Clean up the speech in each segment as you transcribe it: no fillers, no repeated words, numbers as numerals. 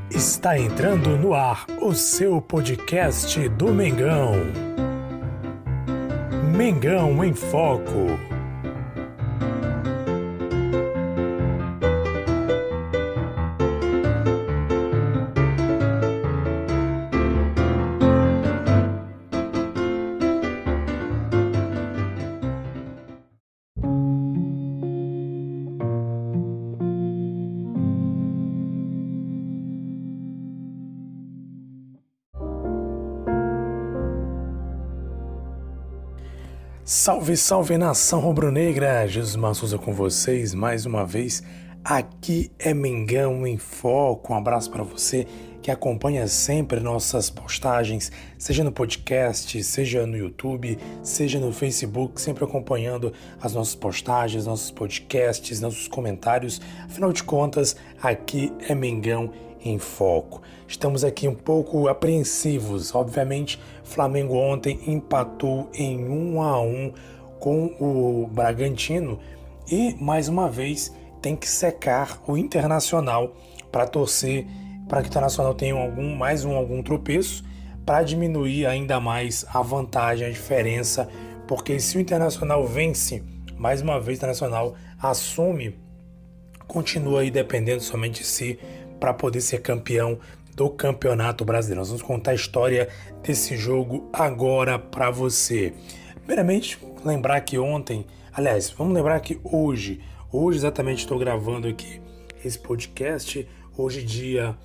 Está entrando no ar o seu podcast do Mengão. Mengão em Foco. Salve, salve nação rubro-negra, Jesus Souza com vocês mais uma vez, aqui é Mengão em Foco, um abraço para você que acompanha sempre nossas postagens, seja no podcast, seja no YouTube, seja no Facebook, sempre acompanhando as nossas postagens, nossos podcasts, nossos comentários, afinal de contas, aqui é Mengão em Foco. Estamos aqui um pouco apreensivos, obviamente. Flamengo ontem empatou em 1-1 com o Bragantino e mais uma vez tem que secar o Internacional para torcer para que o Internacional tenha algum tropeço para diminuir ainda mais a vantagem, a diferença, porque se o Internacional vence, mais uma vez o Internacional continua aí dependendo somente de si para poder ser campeão do Campeonato Brasileiro. Nós vamos contar a história desse jogo agora para você. Primeiramente, lembrar que vamos lembrar que hoje exatamente estou gravando aqui esse podcast, hoje dia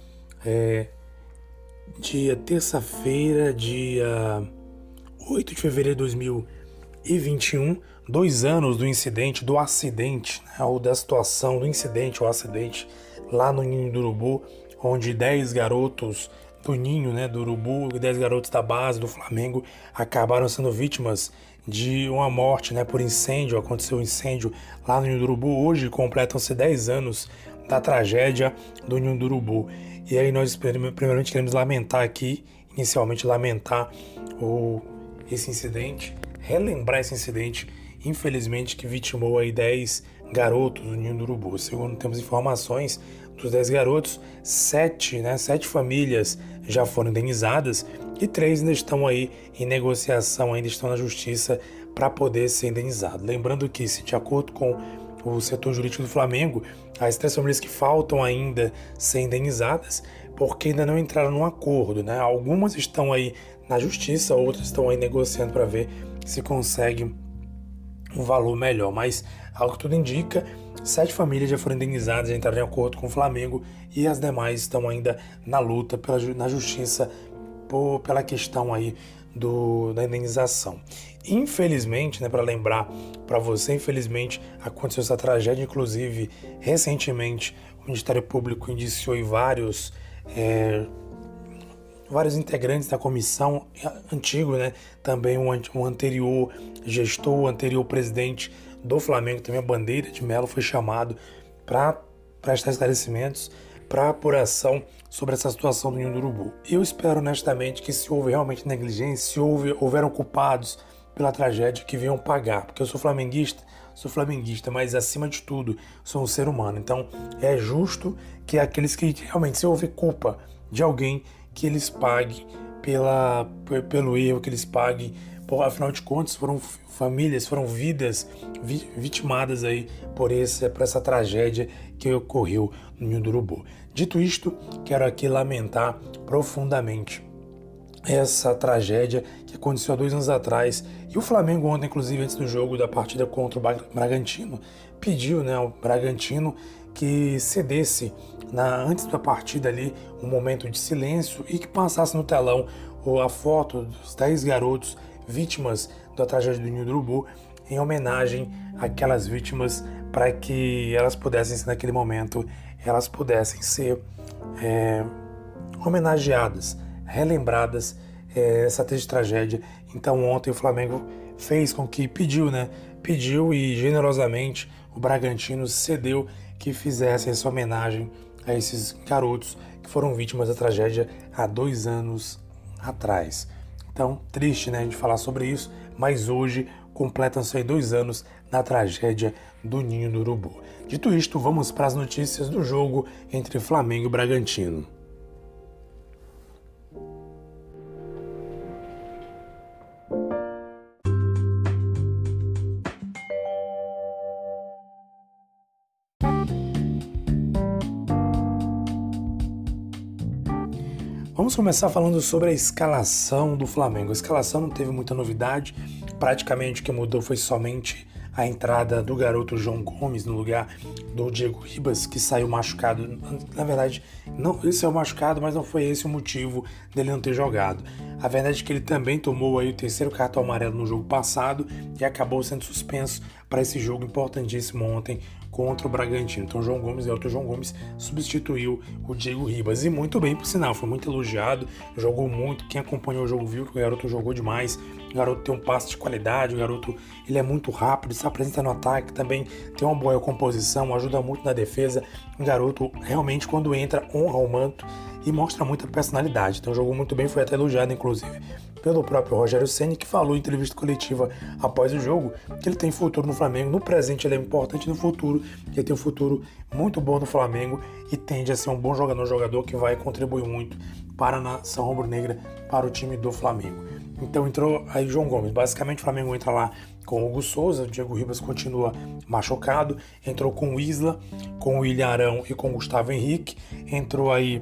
terça-feira, dia 8 de fevereiro de 2021, 2 anos do acidente, né, ou da situação do incidente, o acidente lá no Ninho do Urubu, onde 10 garotos do Ninho, né, do Urubu, e 10 garotos da base do Flamengo acabaram sendo vítimas de uma morte, né, por incêndio. Aconteceu um incêndio lá no Ninho do Urubu. Hoje completam-se 10 anos da tragédia do Ninho do Urubu. E aí nós primeiramente queremos inicialmente lamentar esse incidente, relembrar esse incidente, infelizmente, que vitimou aí 10 garotos do Ninho do Urubu. Segundo temos informações, dos 10 garotos, 7 famílias já foram indenizadas e 3 ainda estão aí em negociação, ainda estão na justiça para poder ser indenizados. Lembrando que, se de acordo com o setor jurídico do Flamengo, as 3 famílias que faltam ainda ser indenizadas, porque ainda não entraram num acordo, né? Algumas estão aí na justiça, outras estão aí negociando para ver se consegue um valor melhor, mas ao que tudo indica, 7 famílias já foram indenizadas, já entraram em acordo com o Flamengo e as demais estão ainda na luta na justiça pela questão aí da indenização. Infelizmente, né, para lembrar para você, aconteceu essa tragédia, inclusive recentemente o Ministério Público indiciou vários integrantes da comissão antigo, né? Também um anterior gestor, o anterior presidente do Flamengo, também a Bandeira de Melo, foi chamado para prestar esclarecimentos, para apuração sobre essa situação do Ninho do Urubu. Eu espero honestamente que, se houve realmente negligência, se houveram culpados pela tragédia, que venham pagar, porque eu sou flamenguista, mas acima de tudo sou um ser humano, então é justo que aqueles que realmente, se houver culpa de alguém, que eles paguem pelo erro, que eles paguem, afinal de contas foram famílias, foram vidas vitimadas aí por essa tragédia que ocorreu no Ninho do Urubu. Dito isto, quero aqui lamentar profundamente essa tragédia que aconteceu há 2 anos atrás, e o Flamengo ontem, inclusive antes do jogo da partida contra o Bragantino, pediu, né, ao Bragantino que cedesse antes da partida ali um momento de silêncio e que passasse no telão a foto dos 10 garotos vítimas da tragédia do Ninho do Urubu, em homenagem àquelas vítimas, para que elas pudessem, naquele momento, ser homenageadas, relembradas essa triste tragédia. Então ontem o Flamengo pediu e generosamente o Bragantino cedeu que fizesse essa homenagem a esses garotos que foram vítimas da tragédia há 2 anos atrás. Então, triste, né, de falar sobre isso, mas hoje completam-se aí 2 anos da tragédia do Ninho do Urubu. Dito isto, vamos para as notícias do jogo entre Flamengo e Bragantino. Vamos começar falando sobre a escalação do Flamengo. A escalação não teve muita novidade, praticamente o que mudou foi somente a entrada do garoto João Gomes no lugar do Diego Ribas, que saiu machucado. Na verdade, não, ele saiu machucado, mas não foi esse o motivo dele não ter jogado. A verdade é que ele também tomou aí o terceiro cartão amarelo no jogo passado e acabou sendo suspenso para esse jogo importantíssimo ontem contra o Bragantino. Então, João Gomes, garoto João Gomes, substituiu o Diego Ribas. E muito bem, por sinal, foi muito elogiado, jogou muito. Quem acompanhou o jogo viu que o garoto jogou demais. O garoto tem um passe de qualidade, o garoto ele é muito rápido, se apresenta no ataque, também tem uma boa composição, ajuda muito na defesa. O garoto realmente, quando entra, honra o manto e mostra muita personalidade. Então, jogou muito bem, foi até elogiado, inclusive, pelo próprio Rogério Ceni, que falou em entrevista coletiva após o jogo que ele tem futuro no Flamengo. No presente ele é importante, no futuro ele tem um futuro muito bom no Flamengo e tende a ser um bom jogador que vai contribuir muito para a nação rubro-negra, para o time do Flamengo. Então entrou aí João Gomes. Basicamente o Flamengo entra lá com o Hugo Souza, o Diego Ribas continua machucado, entrou com o Isla, com o Ilharão e com o Gustavo Henrique, entrou aí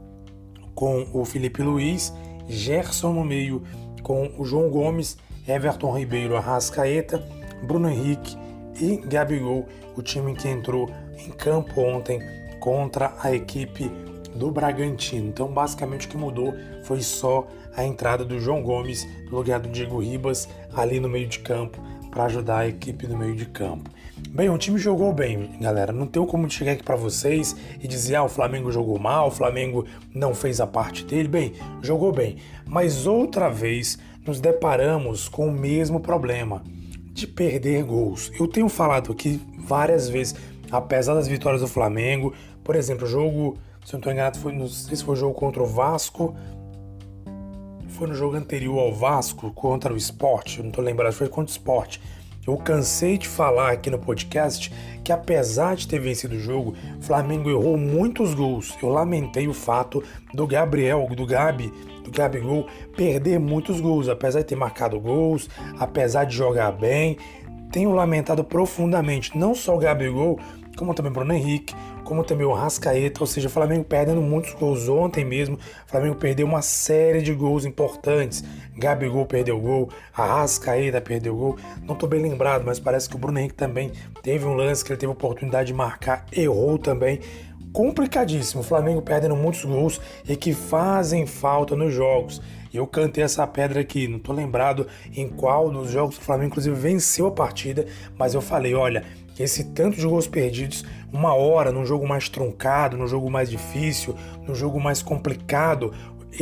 com o Felipe Luiz, Gerson no meio com o João Gomes, Everton Ribeiro, Arrascaeta, Bruno Henrique e Gabigol, o time que entrou em campo ontem contra a equipe do Bragantino. Então basicamente o que mudou foi só a entrada do João Gomes no lugar do Diego Ribas ali no meio de campo para ajudar a equipe no meio de campo. Bem, o time jogou bem, galera. Não tenho como chegar aqui para vocês e dizer o Flamengo jogou mal, o Flamengo não fez a parte dele. Bem, jogou bem. Mas outra vez nos deparamos com o mesmo problema de perder gols. Eu tenho falado aqui várias vezes, apesar das vitórias do Flamengo, por exemplo, o jogo, se eu não estou enganado, não sei se foi o jogo contra o Vasco, foi no jogo anterior ao Vasco, contra o Sport, não estou lembrado, foi contra o Sport. Eu cansei de falar aqui no podcast que apesar de ter vencido o jogo, o Flamengo errou muitos gols. Eu lamentei o fato do Gabigol perder muitos gols, apesar de ter marcado gols, apesar de jogar bem. Tenho lamentado profundamente, não só o Gabigol, como também o Bruno Henrique, como também o Arrascaeta, ou seja, o Flamengo perdendo muitos gols. Ontem mesmo, o Flamengo perdeu uma série de gols importantes. Gabigol perdeu gol, Arrascaeta perdeu gol. Não estou bem lembrado, mas parece que o Bruno Henrique também teve um lance que ele teve a oportunidade de marcar, errou também. Complicadíssimo, o Flamengo perdendo muitos gols e que fazem falta nos jogos. E eu cantei essa pedra aqui, não estou lembrado em qual dos jogos o Flamengo inclusive venceu a partida, mas eu falei, olha, esse tanto de gols perdidos, uma hora num jogo mais truncado, num jogo mais difícil, num jogo mais complicado,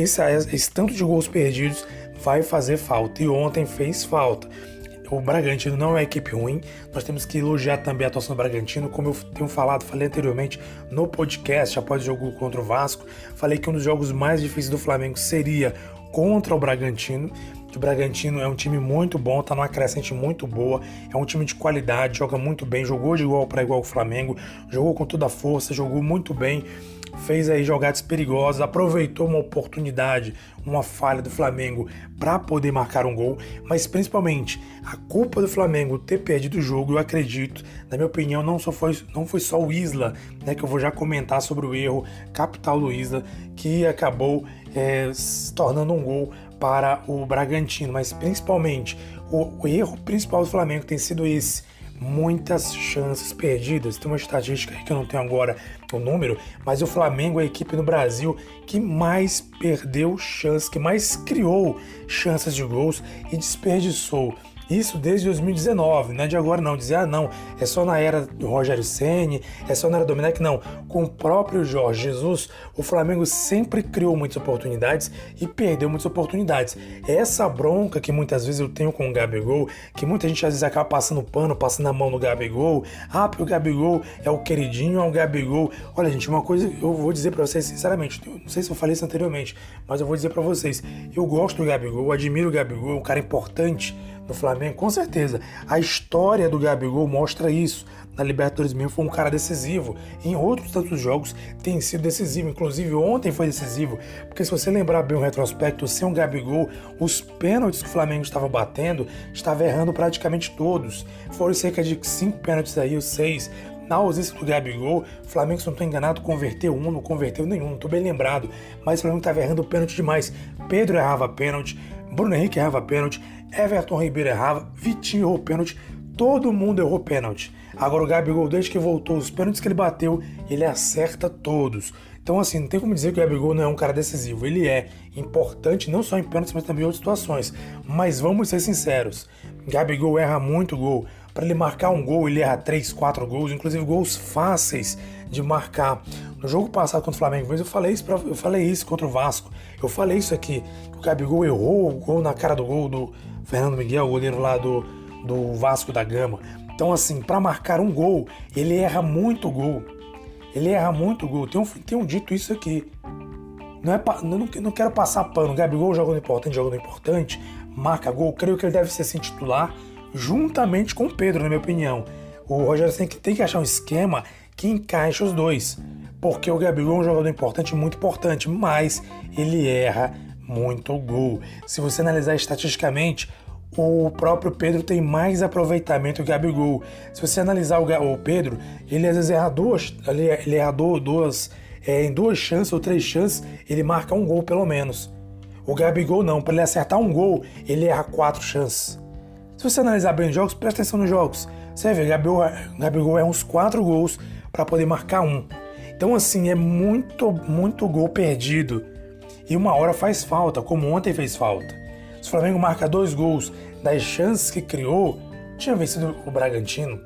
esse tanto de gols perdidos vai fazer falta. E ontem fez falta. O Bragantino não é uma equipe ruim, nós temos que elogiar também a atuação do Bragantino, como eu tenho falei anteriormente no podcast, após o jogo contra o Vasco, falei que um dos jogos mais difíceis do Flamengo seria contra o Bragantino, que o Bragantino é um time muito bom, está numa crescente muito boa, é um time de qualidade, joga muito bem, jogou de igual para igual com o Flamengo, jogou com toda a força, jogou muito bem, fez aí jogadas perigosas, aproveitou uma oportunidade, uma falha do Flamengo para poder marcar um gol, mas principalmente a culpa do Flamengo ter perdido o jogo, eu acredito, na minha opinião, não foi só o Isla, né, que eu vou já comentar sobre o erro capital do Isla, que acabou se tornando um gol para o Bragantino, mas principalmente o erro principal do Flamengo tem sido esse: muitas chances perdidas. Tem uma estatística aí que eu não tenho agora o número, mas o Flamengo é a equipe no Brasil que mais perdeu chances, que mais criou chances de gols e desperdiçou. Isso desde 2019, não é de agora não, dizer, não, é só na era do Rogério Ceni, é só na era do Domenech, não. Com o próprio Jorge Jesus, o Flamengo sempre criou muitas oportunidades e perdeu muitas oportunidades. Essa bronca que muitas vezes eu tenho com o Gabigol, que muita gente às vezes acaba passando pano, passando a mão no Gabigol, porque o Gabigol é o queridinho, é o Gabigol. Olha, gente, uma coisa eu vou dizer pra vocês sinceramente, não sei se eu falei isso anteriormente, mas eu vou dizer pra vocês, eu gosto do Gabigol, admiro o Gabigol, é um cara importante no Flamengo, com certeza. A história do Gabigol mostra isso. Na Libertadores mesmo foi um cara decisivo. Em outros tantos jogos tem sido decisivo. Inclusive ontem foi decisivo. Porque se você lembrar bem o retrospecto, sem o Gabigol, os pênaltis que o Flamengo estava batendo, estava errando praticamente todos. Foram cerca de 5 pênaltis aí, ou 6. Na ausência do Gabigol, o Flamengo, se não estou enganado, converteu um, não converteu nenhum, não estou bem lembrado. Mas o Flamengo estava errando pênalti demais. Pedro errava pênalti, Bruno Henrique errava pênalti, Everton Ribeiro errava, Vitinho errou pênalti, todo mundo errou pênalti. Agora o Gabigol, desde que voltou, os pênaltis que ele bateu, ele acerta todos. Então assim, não tem como dizer que o Gabigol não é um cara decisivo. Ele é importante não só em pênaltis, mas também em outras situações. Mas vamos ser sinceros, Gabigol erra muito gol. Para ele marcar um gol, ele erra 3, 4 gols, inclusive gols fáceis de marcar. No jogo passado contra o Flamengo, eu falei isso contra o Vasco. Eu falei isso aqui, que o Gabigol errou o gol na cara do gol do Fernando Miguel, o goleiro lá do Vasco da Gama. Então assim, para marcar um gol, ele erra muito gol. Ele erra muito gol. Tenho dito isso aqui. Não quero passar pano. O Gabigol jogando importante, marca gol. Creio que ele deve ser assim, titular, juntamente com o Pedro, na minha opinião. O Rogério tem que achar um esquema que encaixe os dois. Porque o Gabigol é um jogador importante, muito importante, mas ele erra muito gol. Se você analisar estatisticamente, o próprio Pedro tem mais aproveitamento que o Gabigol. Se você analisar o Pedro, ele às vezes erra em 2 chances ou 3 chances, ele marca um gol pelo menos. O Gabigol não, para ele acertar um gol, ele erra 4 chances. Se você analisar bem os jogos, presta atenção nos jogos. Você vai ver, Gabigol erra uns 4 gols para poder marcar um. Então assim, é muito gol perdido. E uma hora faz falta, como ontem fez falta. Se o Flamengo marca 2 gols das chances que criou, tinha vencido o Bragantino.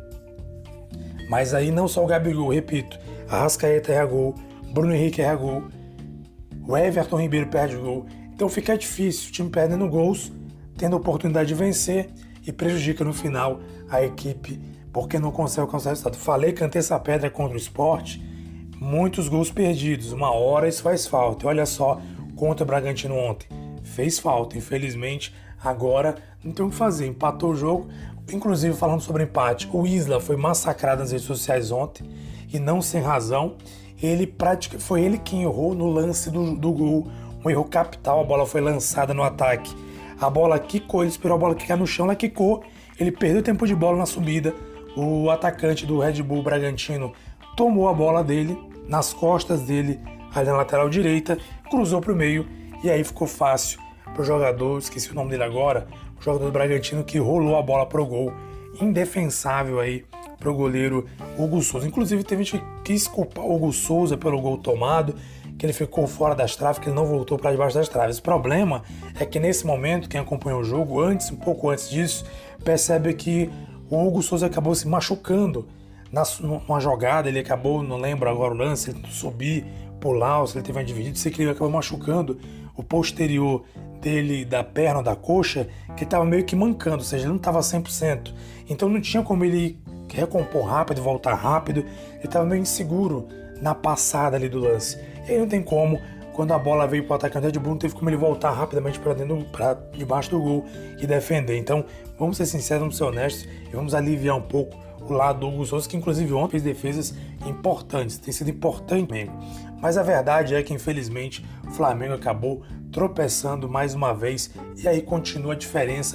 Mas aí não só o Gabigol, repito, Arrascaeta erra gol, Bruno Henrique erra gol, o Everton Ribeiro perde gol. Então fica difícil, o time perdendo gols, tendo a oportunidade de vencer e prejudica no final a equipe porque não consegue alcançar o resultado. Falei, cantei essa pedra contra o Sport, muitos gols perdidos, uma hora isso faz falta. E olha só, contra o Bragantino ontem, fez falta, infelizmente, agora não tem o que fazer, empatou o jogo. Inclusive, falando sobre empate, o Isla foi massacrado nas redes sociais ontem, e não sem razão. Foi ele quem errou no lance do gol, um erro capital. A bola foi lançada no ataque, a bola quicou, ele esperou a bola quicar no chão, ela quicou, ele perdeu tempo de bola na subida, o atacante do Red Bull Bragantino tomou a bola dele, nas costas dele, ali na lateral direita, cruzou para o meio, e aí ficou fácil pro jogador, esqueci o nome dele agora, o jogador do Bragantino, que rolou a bola pro gol, indefensável aí pro goleiro Hugo Souza. Inclusive teve gente que quis culpar o Hugo Souza pelo gol tomado, que ele ficou fora das traves, que ele não voltou para debaixo das traves. O problema é que nesse momento, quem acompanhou o jogo, um pouco antes disso, percebe que o Hugo Souza acabou se machucando numa jogada, ele acabou, não lembro agora o lance, ele subir, pular, se ele teve uma dividida, sei que ele acabou machucando o posterior dele, da perna, da coxa, que estava meio que mancando, ou seja, ele não estava 100%. Então não tinha como ele recompor rápido, voltar rápido, ele estava meio inseguro na passada ali do lance. E aí não tem como, quando a bola veio para o atacante Red Bull, não teve como ele voltar rapidamente para debaixo do gol e defender. Então vamos ser sinceros, vamos ser honestos e vamos aliviar um pouco o lado do Hugo Souza, que inclusive ontem fez defesas importantes, tem sido importante mesmo. Mas a verdade é que infelizmente o Flamengo acabou tropeçando mais uma vez, e aí continua a diferença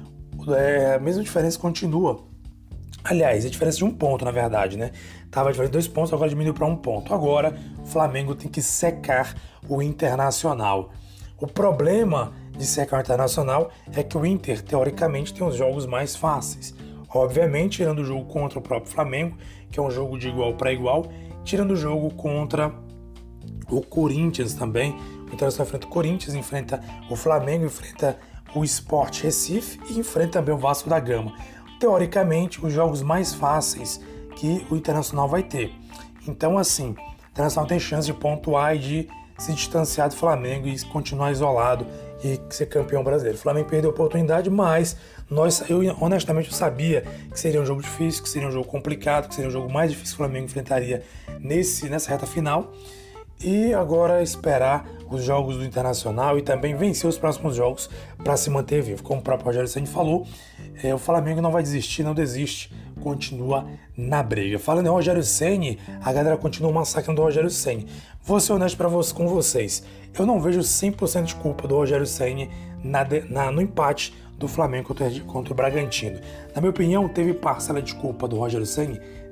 a mesma diferença continua. Aliás, a diferença de 1 ponto, na verdade, né? Tava a diferença de 2 pontos, agora diminuiu para 1 ponto. Agora o Flamengo tem que secar o Internacional. O problema de secar o Internacional é que o Inter, teoricamente, tem os jogos mais fáceis. Obviamente, tirando o jogo contra o próprio Flamengo, que é um jogo de igual para igual, tirando o jogo contra o Corinthians também. O Internacional enfrenta o Corinthians, enfrenta o Flamengo, enfrenta o Sport Recife e enfrenta também o Vasco da Gama. Teoricamente, os jogos mais fáceis que o Internacional vai ter. Então, assim, o Internacional tem chance de pontuar e de se distanciar do Flamengo e continuar isolado e ser campeão brasileiro. O Flamengo perdeu a oportunidade, mas eu honestamente sabia que seria um jogo difícil, que seria um jogo complicado, que seria um jogo mais difícil que o Flamengo enfrentaria nessa reta final. E agora esperar os jogos do Internacional e também vencer os próximos jogos para se manter vivo. Como o próprio Rogério Ceni falou, o Flamengo não vai desistir, não desiste, continua na briga. Falando em Rogério Ceni, a galera continua massacrando o Rogério Ceni. Vou ser honesto com vocês, eu não vejo 100% de culpa do Rogério Ceni no empate do Flamengo contra o Bragantino. Na minha opinião, teve parcela de culpa do Rogério Ceni?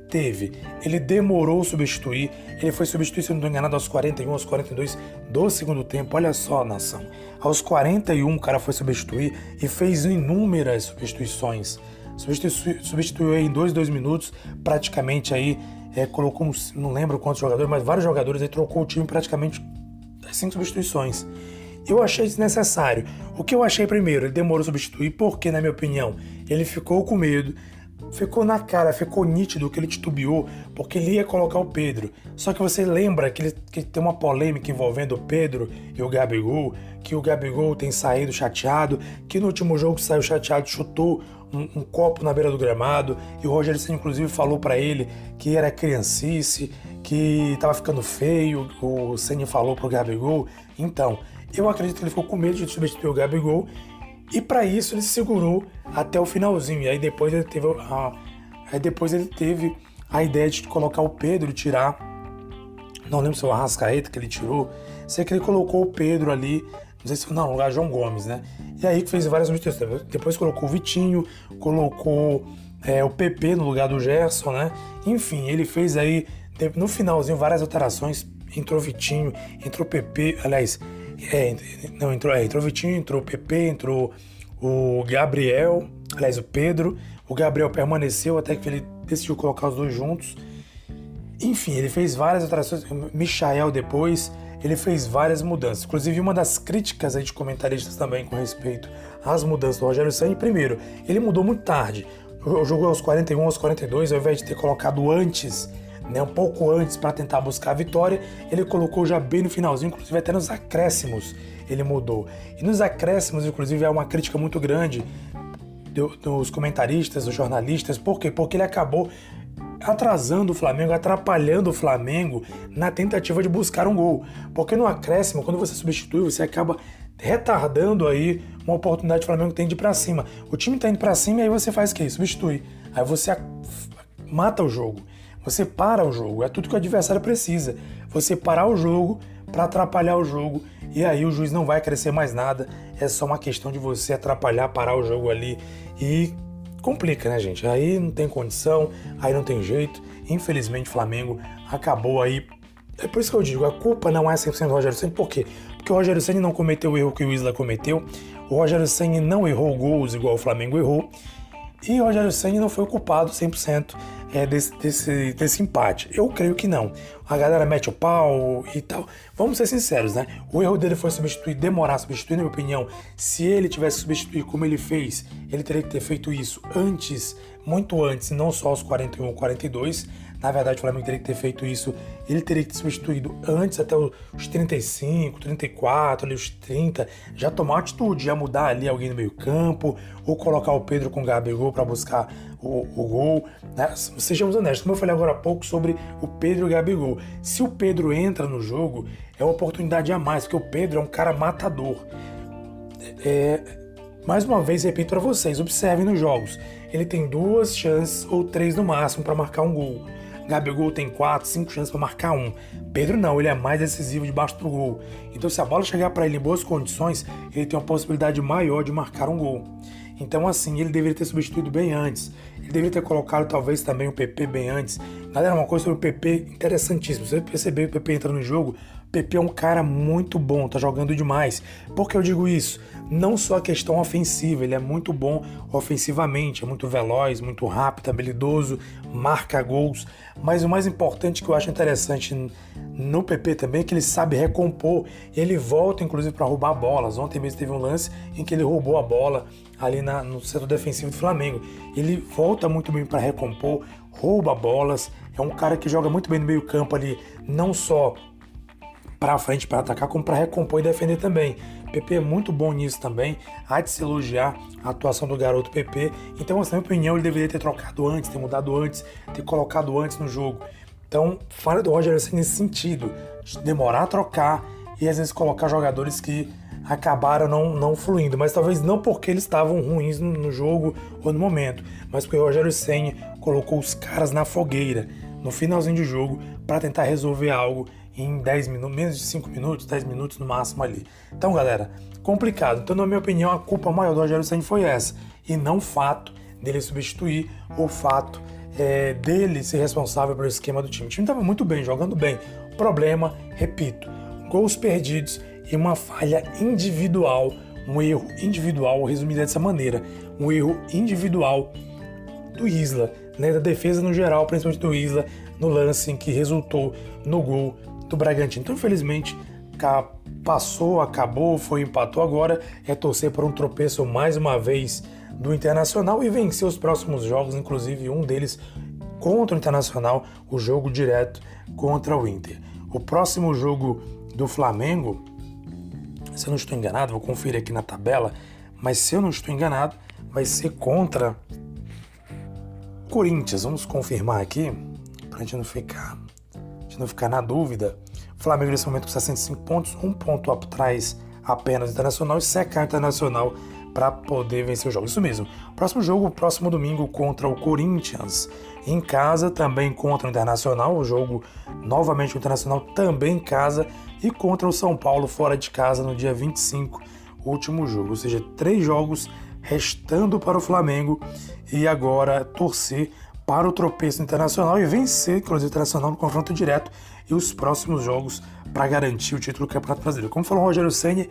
Teve. Ele demorou a substituir. Ele foi substituir, se eu não estou enganado, aos 41, aos 42 do segundo tempo. Olha só, nação. Aos 41 o cara foi substituir e fez inúmeras substituições. Substituiu aí em 2 minutos, praticamente aí, colocou, não lembro quantos jogadores, mas vários jogadores, aí trocou o time praticamente 5 substituições. Eu achei desnecessário. O que eu achei primeiro, ele demorou a substituir, porque, na minha opinião, ele ficou com medo, ficou na cara, ficou nítido que ele titubeou, porque ele ia colocar o Pedro. Só que você lembra que tem uma polêmica envolvendo o Pedro e o Gabigol, que o Gabigol tem saído chateado, que no último jogo que saiu chateado chutou um copo na beira do gramado, e o Rogério Ceni inclusive falou pra ele que era criancice, que tava ficando feio, o Ceni falou pro Gabigol. Então, eu acredito que ele ficou com medo de substituir o Gabigol, e para isso ele se segurou até o finalzinho. E aí depois ele teve a ideia de colocar o Pedro e tirar, não lembro se foi o Arrascaeta que ele tirou, sei que ele colocou o Pedro ali, não sei se foi no lugar de João Gomes, né? E aí fez várias substituições. Depois colocou o Vitinho, colocou o PP no lugar do Gerson, né? Enfim, ele fez aí, no finalzinho, várias alterações. Entrou o Vitinho, entrou o PP, aliás, entrou o Vitinho, entrou o PP, entrou o Gabriel, aliás, o Pedro. O Gabriel permaneceu até que ele decidiu colocar os dois juntos. Enfim, ele fez várias alterações. Michael depois, ele fez várias mudanças. Inclusive, uma das críticas aí de comentaristas também com respeito às mudanças do Rogério Ceni, primeiro, ele mudou muito tarde. Jogou aos 41, aos 42, ao invés de ter colocado antes, né, um pouco antes para tentar buscar a vitória, ele colocou já bem no finalzinho, inclusive até nos acréscimos ele mudou. E nos acréscimos, inclusive, é uma crítica muito grande dos comentaristas, dos jornalistas. Por quê? Porque ele acabou atrasando o Flamengo, atrapalhando o Flamengo na tentativa de buscar um gol. Porque no acréscimo, quando você substitui, você acaba retardando aí uma oportunidade que o Flamengo tem de ir pra cima. O time tá indo pra cima e aí você faz o quê? Substitui. Aí você mata o jogo. Você para o jogo. É tudo que o adversário precisa. Você parar o jogo para atrapalhar o jogo, e aí o juiz não vai crescer mais nada. É só uma questão de você atrapalhar, parar o jogo ali, e complica, né, gente? Aí não tem condição, aí não tem jeito. Infelizmente o Flamengo acabou aí. É por isso que eu digo, a culpa não é 100% do Rogério Ceni. Por quê? Porque o Rogério Ceni não cometeu o erro que o Isla cometeu. O Rogério Ceni não errou gols igual o Flamengo errou. E o Rogério Ceni não foi o culpado 100% desse empate. Eu creio que não. A galera mete o pau e tal. Vamos ser sinceros, né? O erro dele foi demorar a substituir, na minha opinião. Se ele tivesse substituído como ele fez, ele teria que ter feito isso antes, muito antes, não só aos 41 ou 42. Na verdade, o Flamengo teria que ter feito isso, ele teria que ter substituído antes, até os 35, 34, ali os 30, já tomar atitude, já mudar ali alguém no meio campo, ou colocar o Pedro com o Gabigol para buscar o gol, né? Sejamos honestos, como eu falei agora há pouco sobre o Pedro e o Gabigol. Se o Pedro entra no jogo, é uma oportunidade a mais, porque o Pedro é um cara matador. Mais uma vez, repito para vocês, observem nos jogos, ele tem 2 chances ou 3 no máximo para marcar um gol. Gabigol tem 4, 5 chances para marcar um. Pedro não, ele é mais decisivo debaixo do gol. Então, se a bola chegar para ele em boas condições, ele tem uma possibilidade maior de marcar um gol. Então, assim, ele deveria ter substituído bem antes. Ele deveria ter colocado, talvez, também o PP bem antes. Galera, uma coisa sobre o PP interessantíssima. Você percebeu que o PP entra no jogo? O PP é um cara muito bom, tá jogando demais. Por que eu digo isso? Não só a questão ofensiva, ele é muito bom ofensivamente, é muito veloz, muito rápido, habilidoso, marca gols. Mas o mais importante que eu acho interessante no PP também é que ele sabe recompor. Ele volta, inclusive, para roubar bolas. Ontem mesmo teve um lance em que ele roubou a bola ali no setor defensivo do Flamengo. Ele volta muito bem para recompor, rouba bolas. É um cara que joga muito bem no meio campo ali, não só para frente para atacar, como para recompor e defender também. O PP é muito bom nisso também. Há de se elogiar a atuação do garoto PP. Então, na minha opinião, ele deveria ter trocado antes, ter mudado antes, ter colocado antes no jogo. Então, falha do Rogério Ceni nesse sentido, de demorar a trocar e às vezes colocar jogadores que acabaram não fluindo, mas talvez não porque eles estavam ruins no jogo ou no momento, mas porque o Rogério Ceni colocou os caras na fogueira no finalzinho de jogo para tentar resolver algo em 10 minutos, menos de 5 minutos, 10 minutos no máximo ali. Então, galera, complicado. Então, na minha opinião, a culpa maior do Rogério Ceni foi essa, e não o fato dele substituir, ou o fato dele ser responsável pelo esquema do time. O time estava muito bem, jogando bem. O problema, repito, gols perdidos e uma falha individual, um erro individual, resumido dessa maneira, um erro individual do Isla, né, da defesa no geral, principalmente do Isla, no lance em que resultou no gol do Bragantino. Então, infelizmente, passou, acabou, empatou agora, é torcer por um tropeço mais uma vez do Internacional e vencer os próximos jogos, inclusive um deles contra o Internacional, o jogo direto contra o Inter. O próximo jogo do Flamengo, se eu não estou enganado, vou conferir aqui na tabela, mas se eu não estou enganado, vai ser contra Corinthians. Vamos confirmar aqui, para a gente não ficar na dúvida. O Flamengo nesse momento com 65 pontos, um ponto atrás apenas do Internacional e secar o Internacional para poder vencer o jogo. Isso mesmo. Próximo jogo, próximo domingo contra o Corinthians. Em casa, também contra o Internacional. O jogo novamente o Internacional também em casa. E contra o São Paulo fora de casa no dia 25, último jogo. Ou seja, 3 jogos restando para o Flamengo. E agora torcer para o tropeço Internacional e vencer, inclusive, o Internacional no confronto direto e os próximos jogos para garantir o título do Campeonato Brasileiro. Como falou o Rogério Ceni,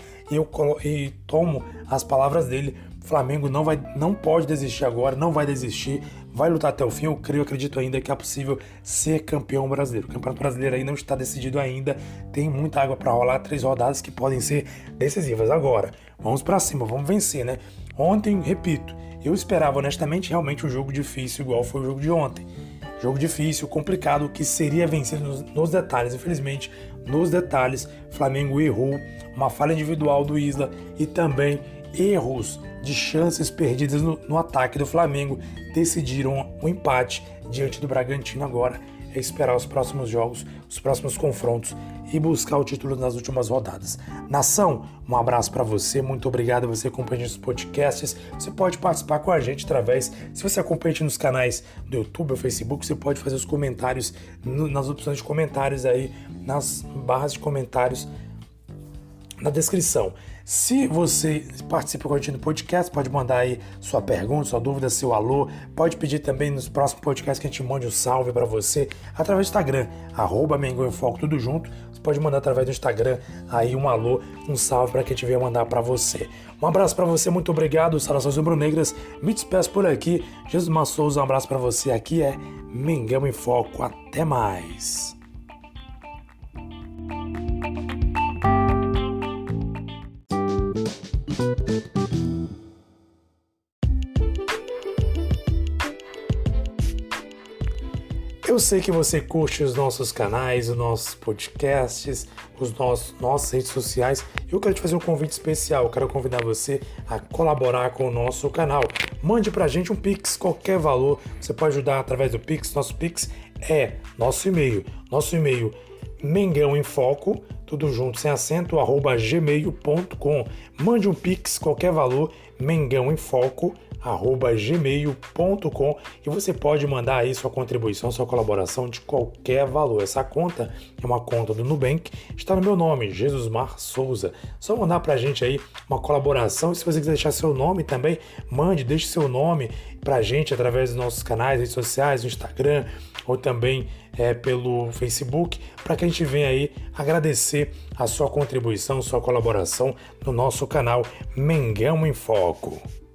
e tomo as palavras dele, o Flamengo não pode desistir agora, não vai desistir, vai lutar até o fim. Eu acredito ainda que é possível ser campeão brasileiro. O Campeonato Brasileiro aí não está decidido ainda, tem muita água para rolar, 3 rodadas que podem ser decisivas. Agora, vamos para cima, vamos vencer, né? Ontem, repito, eu esperava honestamente realmente um jogo difícil igual foi o jogo de ontem. Jogo difícil, complicado, que seria vencido nos detalhes. Infelizmente, nos detalhes, Flamengo errou, uma falha individual do Isla e também erros de chances perdidas no ataque do Flamengo decidiram o empate diante do Bragantino. Agora é esperar os próximos jogos, os próximos confrontos e buscar o título nas últimas rodadas. Nação, um abraço para você, muito obrigado a você acompanhando os podcasts. Você pode participar com a gente através, se você acompanha a gente nos canais do YouTube ou Facebook, você pode fazer os comentários nas opções de comentários aí, nas barras de comentários na descrição. Se você participa com a gente no podcast, pode mandar aí sua pergunta, sua dúvida, seu alô. Pode pedir também nos próximos podcasts que a gente mande um salve para você através do Instagram, @Mengão em Foco, tudo junto. Você pode mandar através do Instagram aí um alô, um salve para quem tiver mandar para você. Um abraço para você, muito obrigado. Saudações rubro-negras. Me despeço por aqui. Jesus Massouza, um abraço para você. Aqui é Mengão em Foco. Até mais. Eu sei que você curte os nossos canais, os nossos podcasts, nossas redes sociais. Eu quero te fazer um convite especial. Eu quero convidar você a colaborar com o nosso canal. Mande pra gente um Pix, qualquer valor. Você pode ajudar através do Pix. Nosso Pix é nosso e-mail. Mengão em Foco, tudo junto, sem acento, @gmail.com. Mande um Pix, qualquer valor, Mengão em Foco, @gmail.com, e você pode mandar aí sua contribuição, sua colaboração de qualquer valor. Essa conta é uma conta do Nubank, está no meu nome, Jesusmar Souza. Só mandar pra gente aí uma colaboração, e se você quiser deixar seu nome também, deixe seu nome pra gente através dos nossos canais, redes sociais, no Instagram, ou também pelo Facebook, para que a gente venha aí agradecer a sua contribuição, sua colaboração no nosso canal Mengão em Foco.